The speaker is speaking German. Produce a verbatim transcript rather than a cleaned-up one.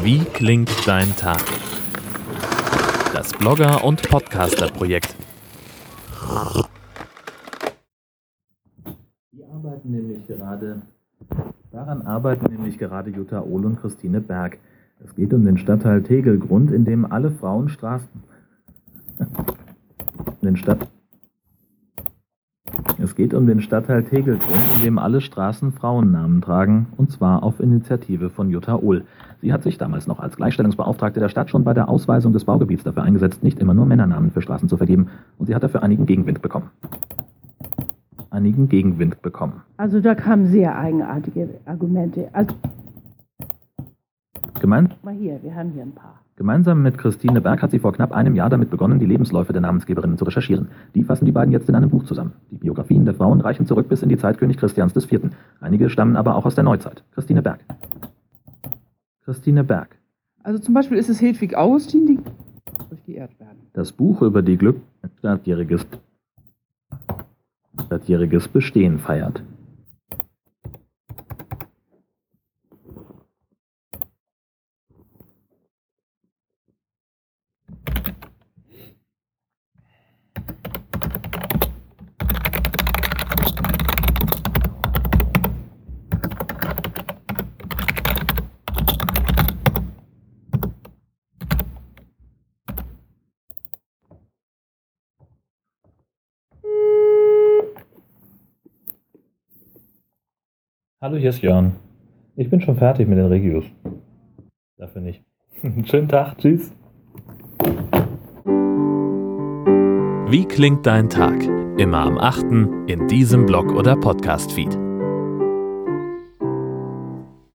Wie klingt dein Tag? Das Blogger- und Podcaster-Projekt. Die arbeiten nämlich gerade, daran arbeiten nämlich gerade Jutta Ohl und Christine Berg. Es geht um den Stadtteil Tegelgrund, in dem alle Frauenstraßen... den Stadt... Es geht um den Stadtteil Tegelgrund, in dem alle Straßen Frauennamen tragen, und zwar auf Initiative von Jutta Ohl. Sie hat sich damals noch als Gleichstellungsbeauftragte der Stadt schon bei der Ausweisung des Baugebiets dafür eingesetzt, nicht immer nur Männernamen für Straßen zu vergeben, und sie hat dafür einigen Gegenwind bekommen. Einigen Gegenwind bekommen. Also da kamen sehr eigenartige Argumente. Also, Gemein mal hier, wir haben hier ein paar. Gemeinsam mit Christine Berg hat sie vor knapp einem Jahr damit begonnen, die Lebensläufe der Namensgeberinnen zu recherchieren. Die fassen die beiden jetzt in einem Buch zusammen. Die Biografien der Frauen reichen zurück bis in die Zeit König Christians des Vierten. Einige stammen aber auch aus der Neuzeit. Christine Berg. Christine Berg. Also zum Beispiel ist es Hedwig Augustin, die durch geehrt werden. Das Buch über die Glück stadtjähriges, stadtjähriges Bestehen feiert. Hallo, hier ist Jörn. Ich bin schon fertig mit den Reviews. Dafür nicht. Schönen Tag, tschüss. Wie klingt dein Tag? Immer am achten in diesem Blog- oder Podcast-Feed.